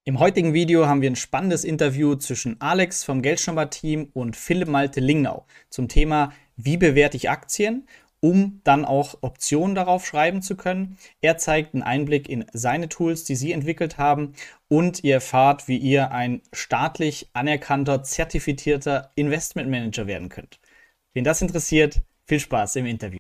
Im heutigen Video haben wir ein spannendes Interview zwischen Alex vom Geldschnupper-Team und Philipp Malte Lingnau zum Thema, wie bewerte ich Aktien, um dann auch Optionen darauf schreiben zu können. Er zeigt einen Einblick in seine Tools, die sie entwickelt haben, und ihr erfahrt, wie ihr ein staatlich anerkannter, zertifizierter Investmentmanager werden könnt. Wen das interessiert, viel Spaß im Interview.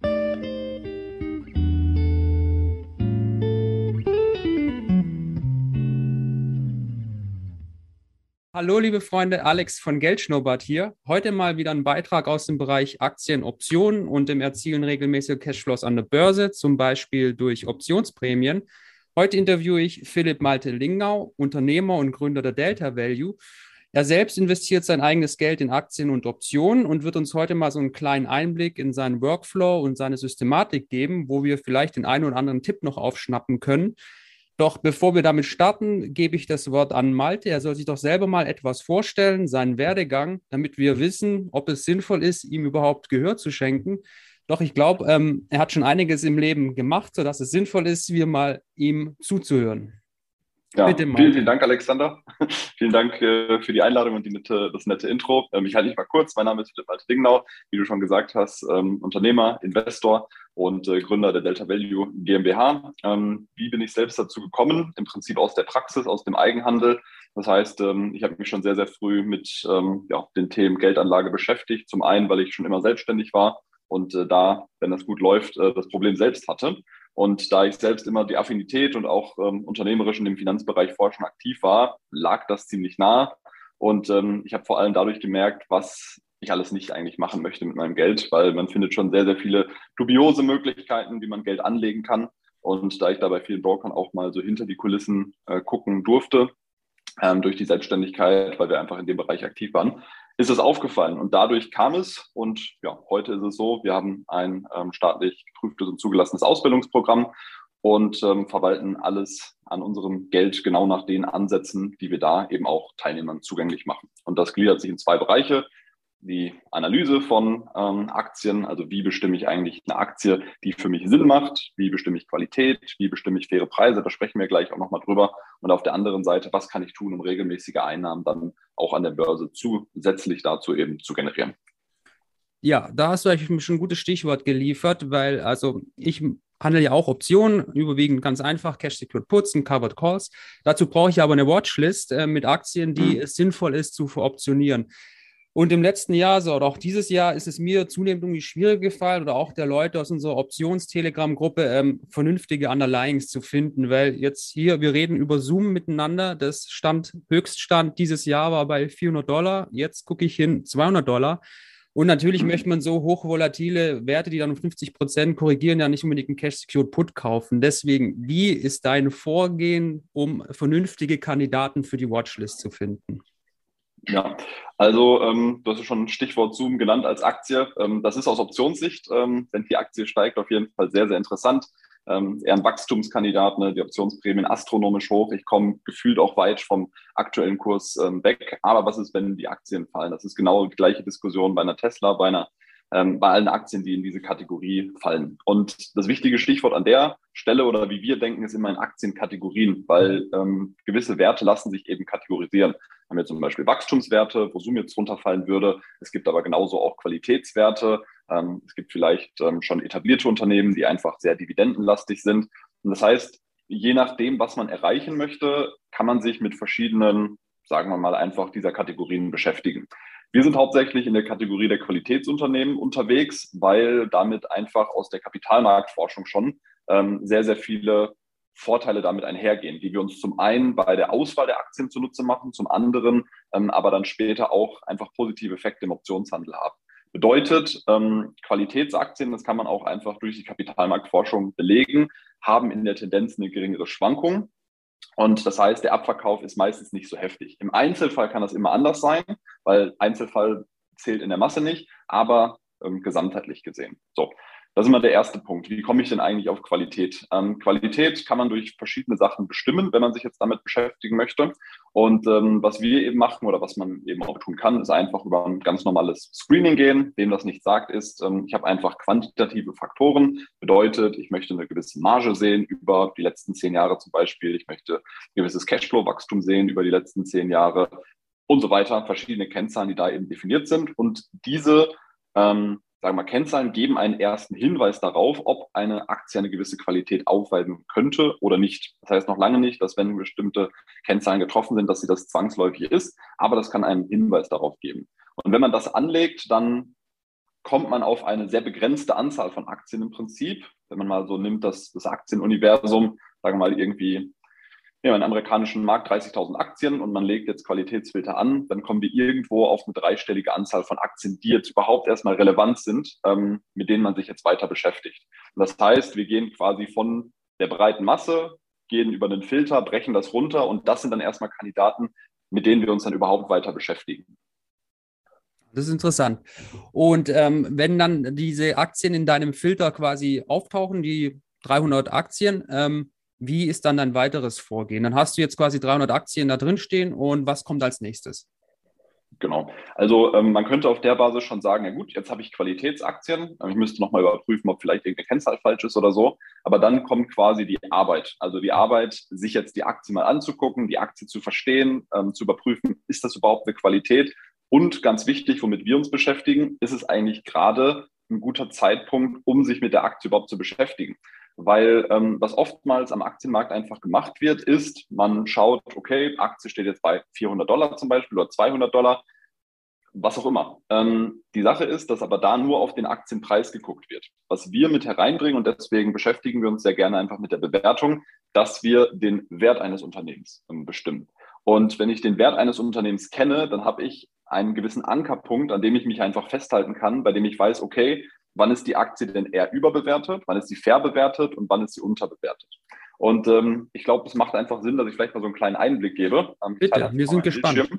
Hallo, liebe Freunde, Alex von Geldschnurrbart hier. Heute mal wieder ein Beitrag aus dem Bereich Aktien, Optionen und dem Erzielen regelmäßiger Cashflows an der Börse, zum Beispiel durch Optionsprämien. Heute interviewe ich Philipp Malte Lingnau, Unternehmer und Gründer der Delta Value. Er selbst investiert sein eigenes Geld in Aktien und Optionen und wird uns heute mal so einen kleinen Einblick in seinen Workflow und seine Systematik geben, wo wir vielleicht den einen oder anderen Tipp noch aufschnappen können. Doch bevor wir damit starten, gebe ich das Wort an Malte. Er soll sich doch selber mal etwas vorstellen, seinen Werdegang, damit wir wissen, ob es sinnvoll ist, ihm überhaupt Gehör zu schenken. Doch ich glaube, er hat schon einiges im Leben gemacht, sodass es sinnvoll ist, wir mal ihm zuzuhören. Ja, Bitte, vielen Malte. Dank, Alexander. Vielen Dank für die Einladung und das nette Intro. Ich halte mich mal kurz. Mein Name ist Philipp Malte Lingnau, wie du schon gesagt hast, Unternehmer, Investor und Gründer der Delta Value GmbH. Wie bin ich selbst dazu gekommen? Im Prinzip aus der Praxis, aus dem Eigenhandel. Das heißt, ich habe mich schon sehr, sehr früh mit den Themen Geldanlage beschäftigt. Zum einen, weil ich schon immer selbstständig war und da, wenn das gut läuft, das Problem selbst hatte. Und da ich selbst immer die Affinität und auch unternehmerisch in dem Finanzbereich vorher schon aktiv war, lag das ziemlich nah. Und ich habe vor allem dadurch gemerkt, was ich alles nicht eigentlich machen möchte mit meinem Geld, weil man findet schon sehr, sehr viele dubiose Möglichkeiten, wie man Geld anlegen kann. Und da ich da bei vielen Brokern auch mal so hinter die Kulissen gucken durfte, durch die Selbstständigkeit, weil wir einfach in dem Bereich aktiv waren, ist es aufgefallen. Und dadurch kam es. Und ja, heute ist es so, wir haben ein staatlich geprüftes und zugelassenes Ausbildungsprogramm und verwalten alles an unserem Geld genau nach den Ansätzen, die wir da eben auch Teilnehmern zugänglich machen. Und das gliedert sich in zwei Bereiche. Die Analyse von Aktien, also wie bestimme ich eigentlich eine Aktie, die für mich Sinn macht, wie bestimme ich Qualität, wie bestimme ich faire Preise, da sprechen wir gleich auch nochmal drüber. Und auf der anderen Seite, was kann ich tun, um regelmäßige Einnahmen dann auch an der Börse zusätzlich dazu eben zu generieren. Ja, da hast du eigentlich schon ein gutes Stichwort geliefert, weil also ich handle ja auch Optionen, überwiegend ganz einfach, Cash-Secured Puts und Covered Calls. Dazu brauche ich aber eine Watchlist mit Aktien, die es sinnvoll ist zu veroptionieren. Und im letzten Jahr oder auch dieses Jahr ist es mir zunehmend irgendwie schwieriger gefallen oder auch der Leute aus unserer Options-Telegram-Gruppe vernünftige Underlyings zu finden, weil jetzt hier, wir reden über Zoom miteinander, das Höchststand dieses Jahr war bei $400, jetzt gucke ich hin, $200. Und natürlich möchte man so hochvolatile Werte, die dann um 50% korrigieren, ja nicht unbedingt einen Cash-Secured Put kaufen. Deswegen, wie ist dein Vorgehen, um vernünftige Kandidaten für die Watchlist zu finden? Ja, also du hast ja schon ein Stichwort Zoom genannt als Aktie. Das ist aus Optionssicht, wenn die Aktie steigt, auf jeden Fall sehr, sehr interessant. Eher ein Wachstumskandidat, ne? Die Optionsprämien astronomisch hoch. Ich komme gefühlt auch weit vom aktuellen Kurs weg. Aber was ist, wenn die Aktien fallen? Das ist genau die gleiche Diskussion bei einer Tesla, bei allen Aktien, die in diese Kategorie fallen. Und das wichtige Stichwort an der Stelle oder wie wir denken, ist immer in Aktienkategorien, weil gewisse Werte lassen sich eben kategorisieren. Haben wir zum Beispiel Wachstumswerte, wo Zoom jetzt runterfallen würde. Es gibt aber genauso auch Qualitätswerte. Es gibt vielleicht schon etablierte Unternehmen, die einfach sehr dividendenlastig sind. Und das heißt, je nachdem, was man erreichen möchte, kann man sich mit verschiedenen, sagen wir mal, einfach dieser Kategorien beschäftigen. Wir sind hauptsächlich in der Kategorie der Qualitätsunternehmen unterwegs, weil damit einfach aus der Kapitalmarktforschung schon sehr, sehr viele Vorteile damit einhergehen, die wir uns zum einen bei der Auswahl der Aktien zunutze machen, zum anderen aber dann später auch einfach positive Effekte im Optionshandel haben. Bedeutet, Qualitätsaktien, das kann man auch einfach durch die Kapitalmarktforschung belegen, haben in der Tendenz eine geringere Schwankung. Und das heißt, der Abverkauf ist meistens nicht so heftig. Im Einzelfall kann das immer anders sein, weil Einzelfall zählt in der Masse nicht, aber gesamtheitlich gesehen. So. Das ist immer der erste Punkt. Wie komme ich denn eigentlich auf Qualität? Qualität kann man durch verschiedene Sachen bestimmen, wenn man sich jetzt damit beschäftigen möchte. Und was wir eben machen oder was man eben auch tun kann, ist einfach über ein ganz normales Screening gehen. Wem das nicht sagt, ist, ich habe einfach quantitative Faktoren. Bedeutet, ich möchte eine gewisse Marge sehen über die letzten 10 Jahre zum Beispiel. Ich möchte ein gewisses Cashflow-Wachstum sehen über die letzten 10 Jahre und so weiter. Verschiedene Kennzahlen, die da eben definiert sind. Und diese sagen wir mal, Kennzahlen geben einen ersten Hinweis darauf, ob eine Aktie eine gewisse Qualität aufweisen könnte oder nicht. Das heißt noch lange nicht, dass wenn bestimmte Kennzahlen getroffen sind, dass sie das zwangsläufig ist, aber das kann einen Hinweis darauf geben. Und wenn man das anlegt, dann kommt man auf eine sehr begrenzte Anzahl von Aktien im Prinzip. Wenn man mal so nimmt, das Aktienuniversum, sagen wir mal irgendwie im amerikanischen Markt 30.000 Aktien und man legt jetzt Qualitätsfilter an, dann kommen wir irgendwo auf eine dreistellige Anzahl von Aktien, die jetzt überhaupt erstmal relevant sind, mit denen man sich jetzt weiter beschäftigt. Und das heißt, wir gehen quasi von der breiten Masse, gehen über den Filter, brechen das runter und das sind dann erstmal Kandidaten, mit denen wir uns dann überhaupt weiter beschäftigen. Das ist interessant. Und wenn dann diese Aktien in deinem Filter quasi auftauchen, die 300 Aktien, wie ist dann dein weiteres Vorgehen? Dann hast du jetzt quasi 300 Aktien da drin stehen und was kommt als nächstes? Genau. Also man könnte auf der Basis schon sagen, ja gut, jetzt habe ich Qualitätsaktien. Ich müsste nochmal überprüfen, ob vielleicht irgendeine Kennzahl falsch ist oder so. Aber dann kommt quasi die Arbeit. Also die Arbeit, sich jetzt die Aktie mal anzugucken, die Aktie zu verstehen, zu überprüfen, ist das überhaupt eine Qualität? Und ganz wichtig, womit wir uns beschäftigen, ist es eigentlich gerade ein guter Zeitpunkt, um sich mit der Aktie überhaupt zu beschäftigen. Weil was oftmals am Aktienmarkt einfach gemacht wird, ist, man schaut, okay, Aktie steht jetzt bei $400 zum Beispiel oder $200, was auch immer. Die Sache ist, dass aber da nur auf den Aktienpreis geguckt wird. Was wir mit hereinbringen, und deswegen beschäftigen wir uns sehr gerne einfach mit der Bewertung, dass wir den Wert eines Unternehmens bestimmen. Und wenn ich den Wert eines Unternehmens kenne, dann habe ich einen gewissen Ankerpunkt, an dem ich mich einfach festhalten kann, bei dem ich weiß, okay, wann ist die Aktie denn eher überbewertet, wann ist sie fair bewertet und wann ist sie unterbewertet. Und ich glaube, es macht einfach Sinn, dass ich vielleicht mal so einen kleinen Einblick gebe. Bitte, wir sind gespannt.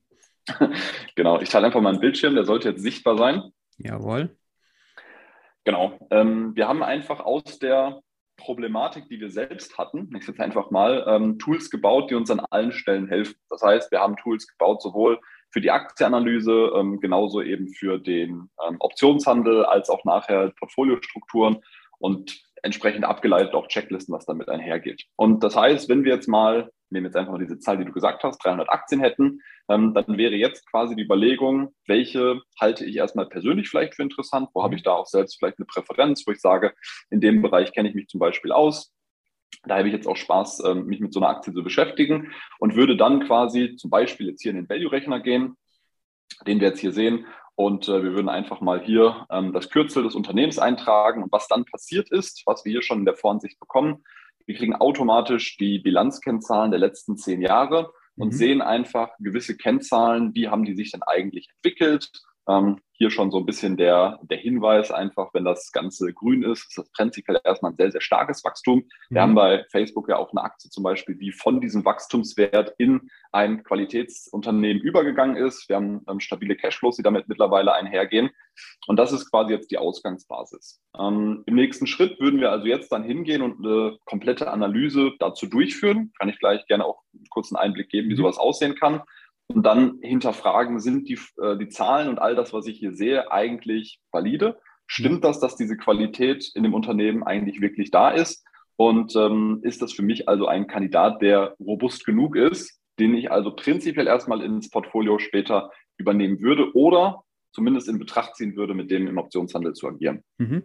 Genau, ich teile einfach mal einen Bildschirm, der sollte jetzt sichtbar sein. Jawohl. Genau, wir haben einfach aus der Problematik, die wir selbst hatten, ich sage einfach mal, Tools gebaut, die uns an allen Stellen helfen. Das heißt, wir haben Tools gebaut, sowohl für die Aktienanalyse, genauso eben für den Optionshandel, als auch nachher Portfoliostrukturen und entsprechend abgeleitet auch Checklisten, was damit einhergeht. Und das heißt, wenn wir jetzt mal, nehmen jetzt einfach mal diese Zahl, die du gesagt hast, 300 Aktien hätten, dann wäre jetzt quasi die Überlegung, welche halte ich erstmal persönlich vielleicht für interessant, wo habe ich da auch selbst vielleicht eine Präferenz, wo ich sage, in dem Bereich kenne ich mich zum Beispiel aus. Da habe ich jetzt auch Spaß, mich mit so einer Aktie zu beschäftigen und würde dann quasi zum Beispiel jetzt hier in den Value-Rechner gehen, den wir jetzt hier sehen. Und wir würden einfach mal hier das Kürzel des Unternehmens eintragen. Und was dann passiert ist, was wir hier schon in der Voransicht bekommen, wir kriegen automatisch die Bilanzkennzahlen der letzten 10 Jahre und sehen einfach gewisse Kennzahlen, wie haben die sich denn eigentlich entwickelt. Hier schon so ein bisschen der Hinweis einfach, wenn das Ganze grün ist das prinzipiell erstmal ein sehr, sehr starkes Wachstum. Wir haben bei Facebook ja auch eine Aktie zum Beispiel, die von diesem Wachstumswert in ein Qualitätsunternehmen übergegangen ist. Wir haben stabile Cashflows, die damit mittlerweile einhergehen. Und das ist quasi jetzt die Ausgangsbasis. Im nächsten Schritt würden wir also jetzt dann hingehen und eine komplette Analyse dazu durchführen. Kann ich gleich gerne auch einen kurzen Einblick geben, wie sowas aussehen kann. Und dann hinterfragen, sind die Zahlen und all das, was ich hier sehe, eigentlich valide? Stimmt das, dass diese Qualität in dem Unternehmen eigentlich wirklich da ist? Und ist das für mich also ein Kandidat, der robust genug ist, den ich also prinzipiell erstmal ins Portfolio später übernehmen würde oder zumindest in Betracht ziehen würde, mit dem im Optionshandel zu agieren?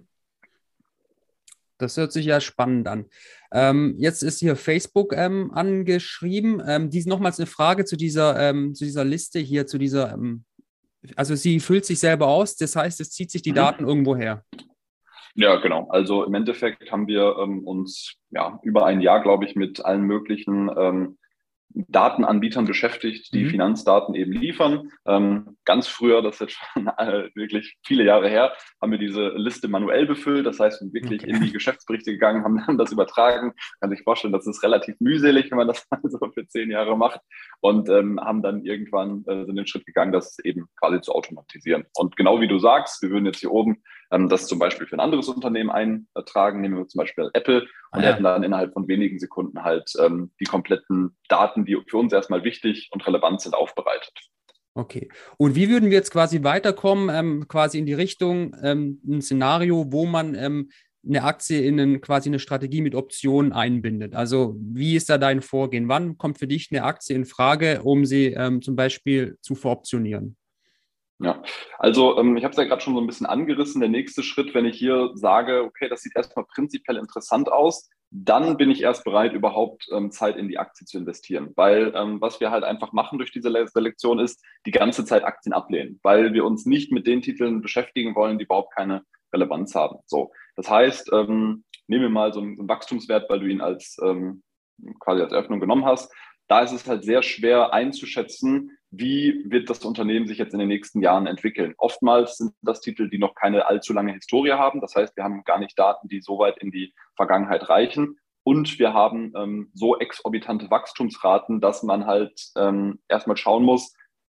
Das hört sich ja spannend an. Jetzt ist hier Facebook angeschrieben. Dies nochmals eine Frage zu dieser Liste hier, zu dieser, also sie füllt sich selber aus, das heißt, es zieht sich die Daten irgendwo her. Ja, genau. Also im Endeffekt haben wir uns über ein Jahr, glaube ich, mit allen möglichen Datenanbietern beschäftigt, die Finanzdaten eben liefern. Ganz früher, das ist jetzt schon wirklich viele Jahre her, haben wir diese Liste manuell befüllt. Das heißt, wir sind wirklich in die Geschäftsberichte gegangen, haben das übertragen. Kann sich vorstellen, das ist relativ mühselig, wenn man das so für 10 Jahre macht. Und haben dann irgendwann sind den Schritt gegangen, das eben quasi zu automatisieren. Und genau wie du sagst, wir würden jetzt hier oben das zum Beispiel für ein anderes Unternehmen eintragen, nehmen wir zum Beispiel Apple und hätten dann innerhalb von wenigen Sekunden halt die kompletten Daten, die für uns erstmal wichtig und relevant sind, aufbereitet. Okay. Und wie würden wir jetzt quasi weiterkommen, quasi in die Richtung, ein Szenario, wo man eine Aktie in quasi eine Strategie mit Optionen einbindet? Also wie ist da dein Vorgehen? Wann kommt für dich eine Aktie in Frage, um sie zum Beispiel zu veroptionieren? Ja, also ich habe es ja gerade schon so ein bisschen angerissen. Der nächste Schritt, wenn ich hier sage, okay, das sieht erstmal prinzipiell interessant aus, dann bin ich erst bereit, überhaupt Zeit in die Aktie zu investieren. Weil was wir halt einfach machen durch diese Selektion ist, die ganze Zeit Aktien ablehnen, weil wir uns nicht mit den Titeln beschäftigen wollen, die überhaupt keine Relevanz haben. So, das heißt, nehmen wir mal so einen Wachstumswert, weil du ihn als quasi als Eröffnung genommen hast. Da ist es halt sehr schwer einzuschätzen, wie wird das Unternehmen sich jetzt in den nächsten Jahren entwickeln. Oftmals sind das Titel, die noch keine allzu lange Historie haben. Das heißt, wir haben gar nicht Daten, die so weit in die Vergangenheit reichen. Und wir haben so exorbitante Wachstumsraten, dass man halt erstmal schauen muss,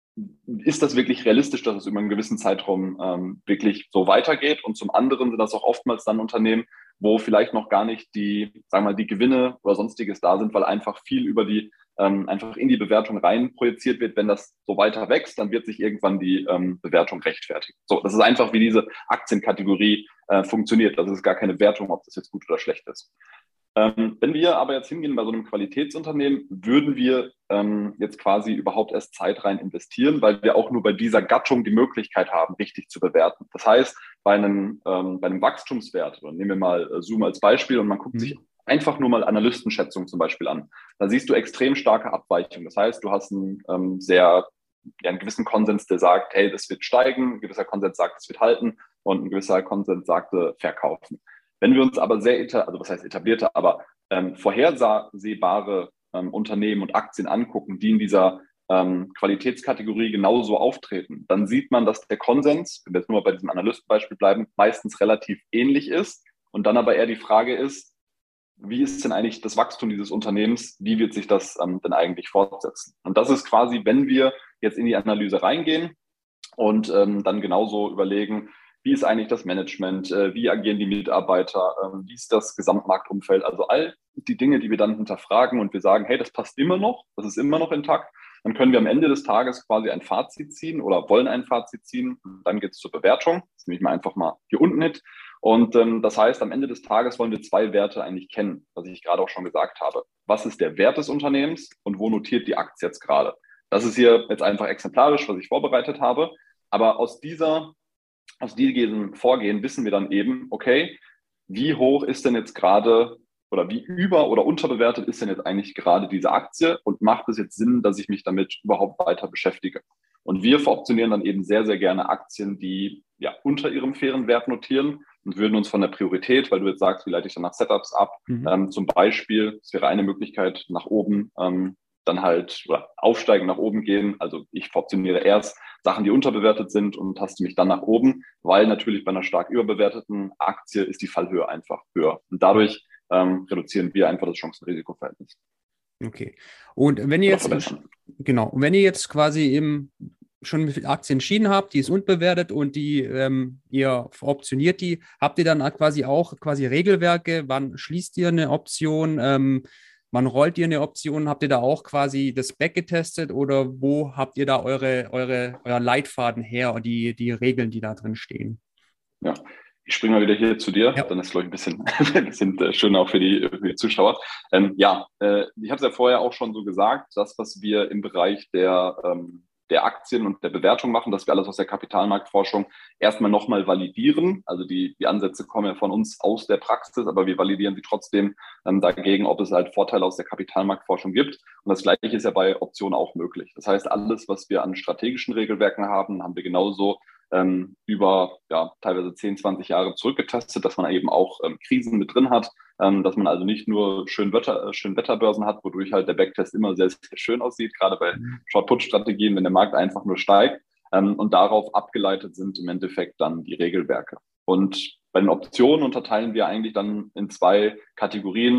ist das wirklich realistisch, dass es über einen gewissen Zeitraum wirklich so weitergeht? Und zum anderen sind das auch oftmals dann Unternehmen, wo vielleicht noch gar nicht die, sagen wir mal, die Gewinne oder sonstiges da sind, weil einfach viel über die einfach in die Bewertung rein projiziert wird. Wenn das so weiter wächst, dann wird sich irgendwann die Bewertung rechtfertigen. So, das ist einfach, wie diese Aktienkategorie funktioniert. Das ist gar keine Wertung, ob das jetzt gut oder schlecht ist. Wenn wir aber jetzt hingehen bei so einem Qualitätsunternehmen, würden wir jetzt quasi überhaupt erst Zeit rein investieren, weil wir auch nur bei dieser Gattung die Möglichkeit haben, richtig zu bewerten. Das heißt, bei einem Wachstumswert, oder nehmen wir mal Zoom als Beispiel und man guckt sich einfach nur mal Analystenschätzungen zum Beispiel an, da siehst du extrem starke Abweichungen. Das heißt, du hast einen einen gewissen Konsens, der sagt, hey, das wird steigen, ein gewisser Konsens sagt, es wird halten und ein gewisser Konsens sagte, verkaufen. Wenn wir uns aber also was heißt etablierte, aber vorhersehbare Unternehmen und Aktien angucken, die in dieser Qualitätskategorie genauso auftreten, dann sieht man, dass der Konsens, wenn wir jetzt nur mal bei diesem Analystenbeispiel bleiben, meistens relativ ähnlich ist und dann aber eher die Frage ist, wie ist denn eigentlich das Wachstum dieses Unternehmens? Wie wird sich das denn eigentlich fortsetzen? Und das ist quasi, wenn wir jetzt in die Analyse reingehen und dann genauso überlegen, wie ist eigentlich das Management, wie agieren die Mitarbeiter, wie ist das Gesamtmarktumfeld, also all die Dinge, die wir dann hinterfragen und wir sagen, hey, das passt immer noch, das ist immer noch intakt, dann können wir am Ende des Tages quasi ein Fazit ziehen oder wollen ein Fazit ziehen. Und dann geht es zur Bewertung, das nehme ich mal einfach mal hier unten hin. Und das heißt, am Ende des Tages wollen wir zwei Werte eigentlich kennen, was ich gerade auch schon gesagt habe. Was ist der Wert des Unternehmens und wo notiert die Aktie jetzt gerade? Das ist hier jetzt einfach exemplarisch, was ich vorbereitet habe. Aber aus diesem Vorgehen wissen wir dann eben, okay, wie hoch ist denn jetzt gerade oder wie über- oder unterbewertet ist denn jetzt eigentlich gerade diese Aktie und macht es jetzt Sinn, dass ich mich damit überhaupt weiter beschäftige? Und wir veroptionieren dann eben sehr, sehr gerne Aktien, die ja unter ihrem fairen Wert notieren und würden uns von der Priorität, weil du jetzt sagst, wie leite ich dann nach Setups ab, zum Beispiel, es wäre eine Möglichkeit, nach oben dann halt oder aufsteigen, nach oben gehen. Also ich veroptioniere erst Sachen, die unterbewertet sind und taste mich dann nach oben, weil natürlich bei einer stark überbewerteten Aktie ist die Fallhöhe einfach höher. Und dadurch reduzieren wir einfach das Chancen-Risiko-Verhältnis. Okay. Und wenn ihr jetzt quasi schon mit Aktien entschieden habt, die ist unbewertet und die ihr optioniert die, habt ihr dann quasi auch Regelwerke, wann schließt ihr eine Option, wann rollt ihr eine Option, habt ihr da auch quasi das backgetestet oder wo habt ihr da euer Leitfaden her und die Regeln, die da drin stehen? Ja, ich springe mal wieder hier zu dir, ja. Dann ist es, glaube ich, ein bisschen schöner auch für die Zuschauer. Ich habe es ja vorher auch schon so gesagt, das, was wir im Bereich der Aktien und der Bewertung machen, dass wir alles aus der Kapitalmarktforschung erstmal nochmal validieren. Also die Ansätze kommen ja von uns aus der Praxis, aber wir validieren sie trotzdem dagegen, ob es halt Vorteile aus der Kapitalmarktforschung gibt. Und das Gleiche ist ja bei Optionen auch möglich. Das heißt, alles, was wir an strategischen Regelwerken haben, haben wir genauso über teilweise 10, 20 Jahre zurückgetestet, dass man eben auch Krisen mit drin hat, dass man also nicht nur Schönwetterbörsen hat, wodurch halt der Backtest immer sehr, sehr schön aussieht, gerade bei Short-Put-Strategien, wenn der Markt einfach nur steigt und darauf abgeleitet sind im Endeffekt dann die Regelwerke. Und bei den Optionen unterteilen wir eigentlich dann in zwei Kategorien.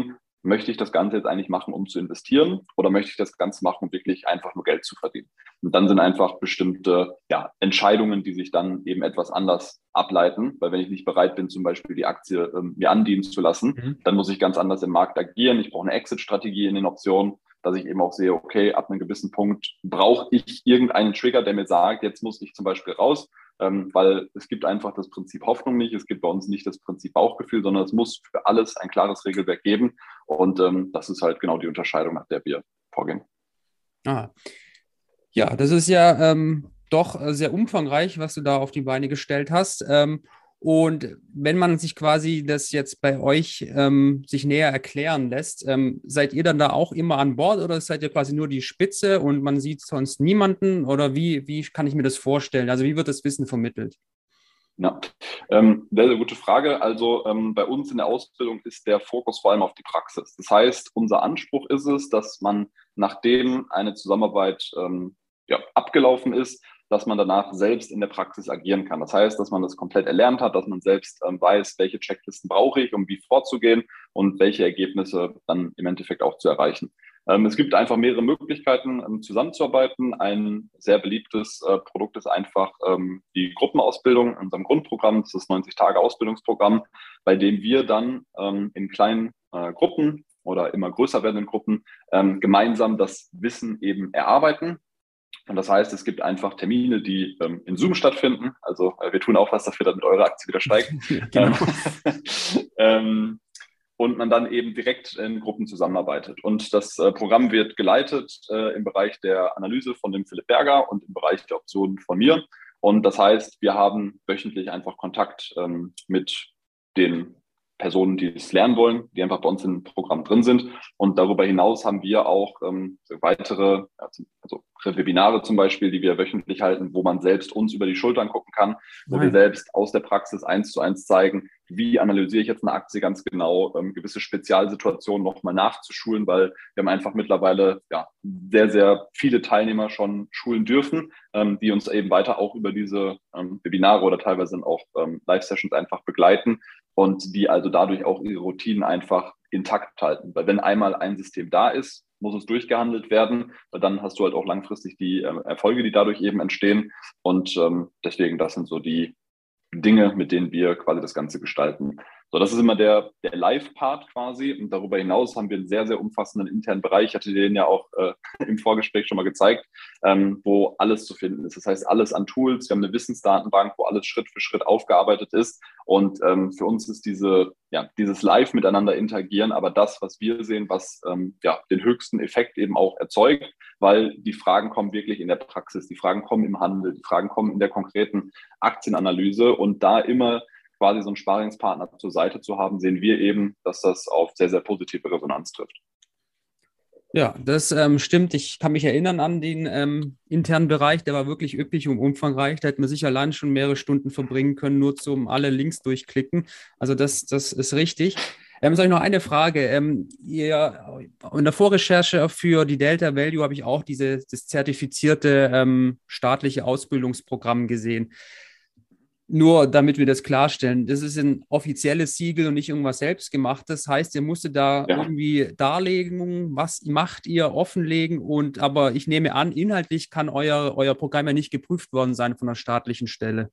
möchte ich das Ganze jetzt eigentlich machen, um zu investieren, oder möchte ich das Ganze machen, um wirklich einfach nur Geld zu verdienen? Und dann sind einfach bestimmte Entscheidungen, die sich dann eben etwas anders ableiten, weil wenn ich nicht bereit bin, zum Beispiel die Aktie mir andienen zu lassen, dann muss ich ganz anders im Markt agieren. Ich brauche eine Exit-Strategie in den Optionen, dass ich eben auch sehe, okay, ab einem gewissen Punkt brauche ich irgendeinen Trigger, der mir sagt, jetzt muss ich zum Beispiel raus, weil es gibt einfach das Prinzip Hoffnung nicht, es gibt bei uns nicht das Prinzip Bauchgefühl, sondern es muss für alles ein klares Regelwerk geben und das ist halt genau die Unterscheidung, nach der wir vorgehen. Ah. Ja, das ist ja doch sehr umfangreich, was du da auf die Beine gestellt hast. Und wenn man sich quasi das jetzt bei euch sich näher erklären lässt, seid ihr dann da auch immer an Bord oder seid ihr quasi nur die Spitze und man sieht sonst niemanden? Oder wie kann ich mir das vorstellen? Also wie wird das Wissen vermittelt? Ja, sehr, sehr gute Frage. Also bei uns in der Ausbildung ist der Fokus vor allem auf die Praxis. Das heißt, unser Anspruch ist es, dass man, nachdem eine Zusammenarbeit abgelaufen ist, dass man danach selbst in der Praxis agieren kann. Das heißt, dass man das komplett erlernt hat, dass man selbst weiß, welche Checklisten brauche ich, um wie vorzugehen und welche Ergebnisse dann im Endeffekt auch zu erreichen. Es gibt einfach mehrere Möglichkeiten, zusammenzuarbeiten. Ein sehr beliebtes Produkt ist einfach die Gruppenausbildung in unserem Grundprogramm. Das ist das 90-Tage-Ausbildungsprogramm, bei dem wir dann in kleinen Gruppen oder immer größer werdenden Gruppen gemeinsam das Wissen eben erarbeiten. Und das heißt, es gibt einfach Termine, die in Zoom stattfinden. Also wir tun auch was dafür, damit eure Aktie wieder steigt. Ja, genau. Und man dann eben direkt in Gruppen zusammenarbeitet. Und das Programm wird geleitet im Bereich der Analyse von dem Philipp Berger und im Bereich der Optionen von mir. Und das heißt, wir haben wöchentlich einfach Kontakt mit den Personen, die es lernen wollen, die einfach bei uns im Programm drin sind. Und darüber hinaus haben wir auch weitere, also Webinare zum Beispiel, die wir wöchentlich halten, wo man selbst uns über die Schultern gucken kann, wo wir selbst aus der Praxis 1:1 zeigen, wie analysiere ich jetzt eine Aktie ganz genau, gewisse Spezialsituationen nochmal nachzuschulen, weil wir haben einfach mittlerweile sehr, sehr viele Teilnehmer schon schulen dürfen, die uns eben weiter auch über diese Webinare oder teilweise auch Live-Sessions einfach begleiten und die also dadurch auch ihre Routinen einfach intakt halten. Weil wenn einmal ein System da ist, muss es durchgehandelt werden, weil dann hast du halt auch langfristig die Erfolge, die dadurch eben entstehen. Und deswegen, das sind so die Dinge, mit denen wir quasi das Ganze gestalten. So, das ist immer der Live-Part quasi. Und darüber hinaus haben wir einen sehr, sehr umfassenden internen Bereich. Ich hatte den ja auch im Vorgespräch schon mal gezeigt, wo alles zu finden ist. Das heißt, alles an Tools. Wir haben eine Wissensdatenbank, wo alles Schritt für Schritt aufgearbeitet ist. Und für uns ist dieses Live miteinander interagieren, aber das, was wir sehen, was den höchsten Effekt eben auch erzeugt, weil die Fragen kommen wirklich in der Praxis, die Fragen kommen im Handel, die Fragen kommen in der konkreten Aktienanalyse und da immer quasi so einen Sparingspartner zur Seite zu haben, sehen wir eben, dass das auf sehr, sehr positive Resonanz trifft. Ja, das stimmt. Ich kann mich erinnern an den internen Bereich, der war wirklich üppig und umfangreich. Da hätten wir sicher allein schon mehrere Stunden verbringen können, nur zum alle Links durchklicken. Also das ist richtig. Soll ich noch eine Frage? In der Vorrecherche für die Delta Value habe ich auch das zertifizierte staatliche Ausbildungsprogramm gesehen. Nur damit wir das klarstellen, das ist ein offizielles Siegel und nicht irgendwas selbstgemachtes. Heißt, ihr musstet da irgendwie darlegen, was macht ihr, offenlegen aber ich nehme an, inhaltlich kann euer Programm ja nicht geprüft worden sein von einer staatlichen Stelle.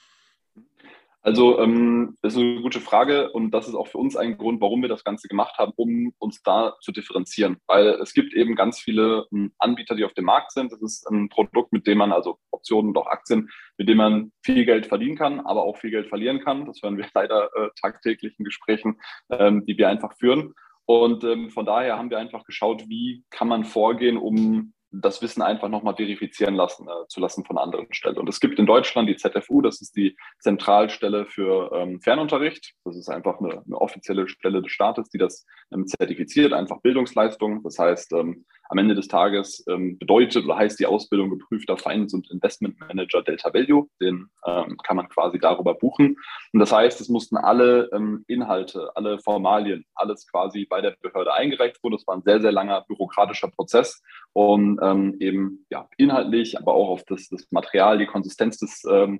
Also das ist eine gute Frage und das ist auch für uns ein Grund, warum wir das Ganze gemacht haben, um uns da zu differenzieren. Weil es gibt eben ganz viele Anbieter, die auf dem Markt sind. Das ist ein Produkt, mit dem man, also Optionen und auch Aktien, mit dem man viel Geld verdienen kann, aber auch viel Geld verlieren kann. Das hören wir leider tagtäglich in Gesprächen, die wir einfach führen. Und von daher haben wir einfach geschaut, wie kann man vorgehen, um das Wissen einfach nochmal verifizieren zu lassen von einer anderen Stelle. Und es gibt in Deutschland die ZFU, das ist die Zentralstelle für Fernunterricht. Das ist einfach eine offizielle Stelle des Staates, die das zertifiziert, einfach Bildungsleistung. Das heißt, am Ende des Tages bedeutet oder heißt die Ausbildung geprüfter Finance- und Investment Manager Delta Value. Den kann man quasi darüber buchen. Und das heißt, es mussten alle Inhalte, alle Formalien, alles quasi bei der Behörde eingereicht wurden. Das war ein sehr, sehr langer bürokratischer Prozess, um eben inhaltlich, aber auch auf das Material, die Konsistenz des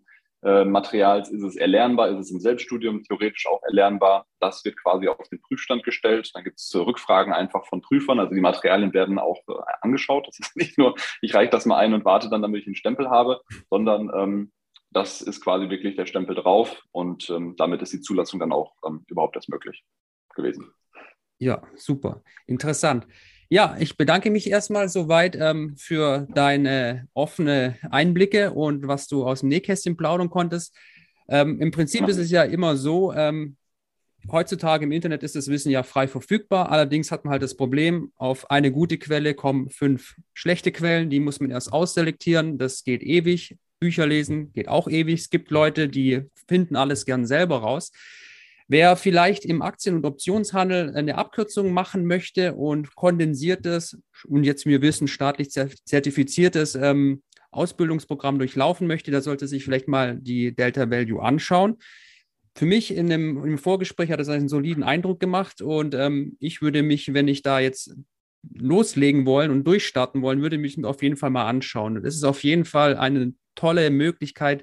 Materials, ist es erlernbar, ist es im Selbststudium theoretisch auch erlernbar. Das wird quasi auf den Prüfstand gestellt. Dann gibt es Rückfragen einfach von Prüfern. Also die Materialien werden auch angeschaut. Das ist nicht nur, ich reiche das mal ein und warte dann, damit ich einen Stempel habe, sondern das ist quasi wirklich der Stempel drauf und damit ist die Zulassung dann auch überhaupt erst möglich gewesen. Ja, super. Interessant. Ja, ich bedanke mich erstmal soweit für deine offene Einblicke und was du aus dem Nähkästchen plaudern konntest. Im Prinzip ist es ja immer so, heutzutage im Internet ist das Wissen ja frei verfügbar. Allerdings hat man halt das Problem, auf eine gute Quelle kommen 5 schlechte Quellen. Die muss man erst ausselektieren. Das geht ewig. Bücher lesen geht auch ewig. Es gibt Leute, die finden alles gern selber raus. Wer vielleicht im Aktien- und Optionshandel eine Abkürzung machen möchte und kondensiertes und jetzt wir wissen staatlich zertifiziertes Ausbildungsprogramm durchlaufen möchte, der sollte sich vielleicht mal die Delta Value anschauen. Für mich im Vorgespräch hat es einen soliden Eindruck gemacht und ich würde mich, wenn ich da jetzt loslegen wollen und durchstarten wollen, würde mich auf jeden Fall mal anschauen. Das ist auf jeden Fall eine tolle Möglichkeit,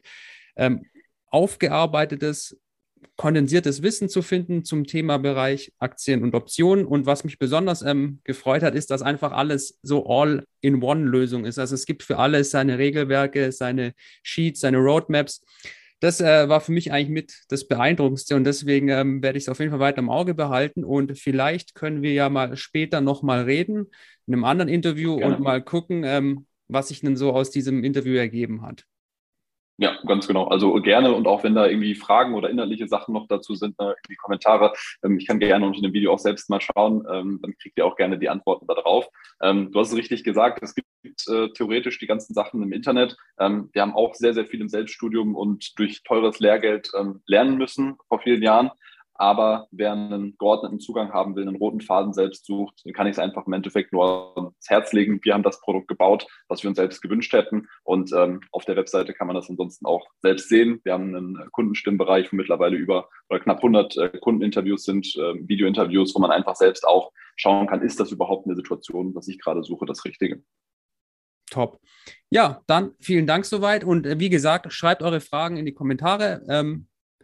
aufgearbeitetes, kondensiertes Wissen zu finden zum Thema Bereich Aktien und Optionen. Und was mich besonders gefreut hat, ist, dass einfach alles so All-in-One-Lösung ist. Also es gibt für alles seine Regelwerke, seine Sheets, seine Roadmaps. Das war für mich eigentlich mit das Beeindruckendste und deswegen werde ich es auf jeden Fall weiter im Auge behalten und vielleicht können wir ja mal später nochmal reden in einem anderen Interview und mal gucken, was sich denn so aus diesem Interview ergeben hat. Ja, ganz genau. Also gerne und auch wenn da irgendwie Fragen oder inhaltliche Sachen noch dazu sind, die Kommentare, ich kann gerne unter dem Video auch selbst mal schauen, dann kriegt ihr auch gerne die Antworten da drauf. Du hast es richtig gesagt, es gibt theoretisch die ganzen Sachen im Internet. Wir haben auch sehr, sehr viel im Selbststudium und durch teures Lehrgeld lernen müssen vor vielen Jahren. Aber wer einen geordneten Zugang haben will, einen roten Faden selbst sucht, dann kann ich es einfach im Endeffekt nur ans Herz legen. Wir haben das Produkt gebaut, was wir uns selbst gewünscht hätten. Und auf der Webseite kann man das ansonsten auch selbst sehen. Wir haben einen Kundenstimmenbereich, wo mittlerweile über knapp 100 Kundeninterviews sind, Videointerviews, wo man einfach selbst auch schauen kann, ist das überhaupt eine Situation, was ich gerade suche, das Richtige. Top. Ja, dann vielen Dank soweit. Und wie gesagt, schreibt eure Fragen in die Kommentare.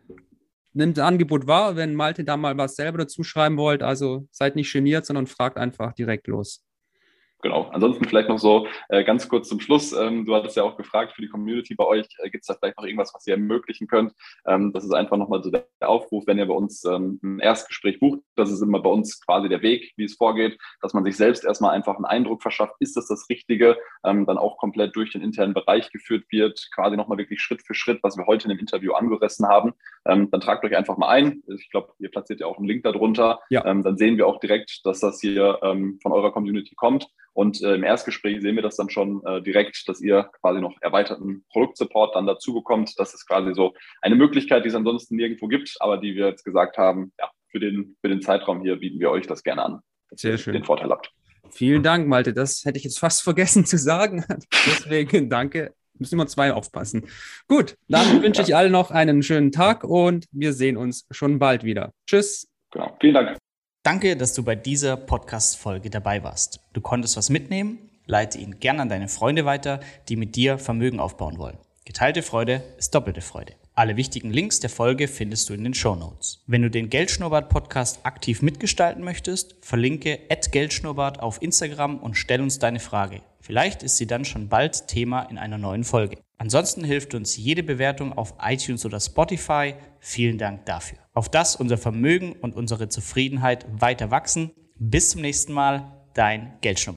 Nimmt das Angebot wahr, wenn Malte da mal was selber dazu schreiben wollt. Also seid nicht geniert, sondern fragt einfach direkt los. Genau. Ansonsten vielleicht noch so ganz kurz zum Schluss. Du hattest ja auch gefragt für die Community bei euch, gibt es da vielleicht noch irgendwas, was ihr ermöglichen könnt? Das ist einfach nochmal so der Aufruf, wenn ihr bei uns ein Erstgespräch bucht. Das ist immer bei uns quasi der Weg, wie es vorgeht, dass man sich selbst erstmal einfach einen Eindruck verschafft, ist das Richtige? Dann auch komplett durch den internen Bereich geführt wird, quasi nochmal wirklich Schritt für Schritt, was wir heute in dem Interview angerissen haben. Dann tragt euch einfach mal ein. Ich glaube, ihr platziert ja auch einen Link darunter. Ja. Dann sehen wir auch direkt, dass das hier von eurer Community kommt. Und im Erstgespräch sehen wir das dann schon direkt, dass ihr quasi noch erweiterten Produktsupport dann dazu bekommt. Das ist quasi so eine Möglichkeit, die es ansonsten nirgendwo gibt, aber die wir jetzt gesagt haben, ja, für den Zeitraum hier bieten wir euch das gerne an, dass Sehr ihr schön. Den Vorteil habt. Vielen Dank, Malte. Das hätte ich jetzt fast vergessen zu sagen. Deswegen danke. Müssen immer 2 aufpassen. Gut, dann wünsche ich allen noch einen schönen Tag und wir sehen uns schon bald wieder. Tschüss. Genau. Vielen Dank. Danke, dass du bei dieser Podcast-Folge dabei warst. Du konntest was mitnehmen? Leite ihn gern an deine Freunde weiter, die mit dir Vermögen aufbauen wollen. Geteilte Freude ist doppelte Freude. Alle wichtigen Links der Folge findest du in den Shownotes. Wenn du den Geldschnurrbart-Podcast aktiv mitgestalten möchtest, verlinke @Geldschnurrbart auf Instagram und stell uns deine Frage. Vielleicht ist sie dann schon bald Thema in einer neuen Folge. Ansonsten hilft uns jede Bewertung auf iTunes oder Spotify. Vielen Dank dafür. Auf dass unser Vermögen und unsere Zufriedenheit weiter wachsen. Bis zum nächsten Mal, dein Geldschnurrbart.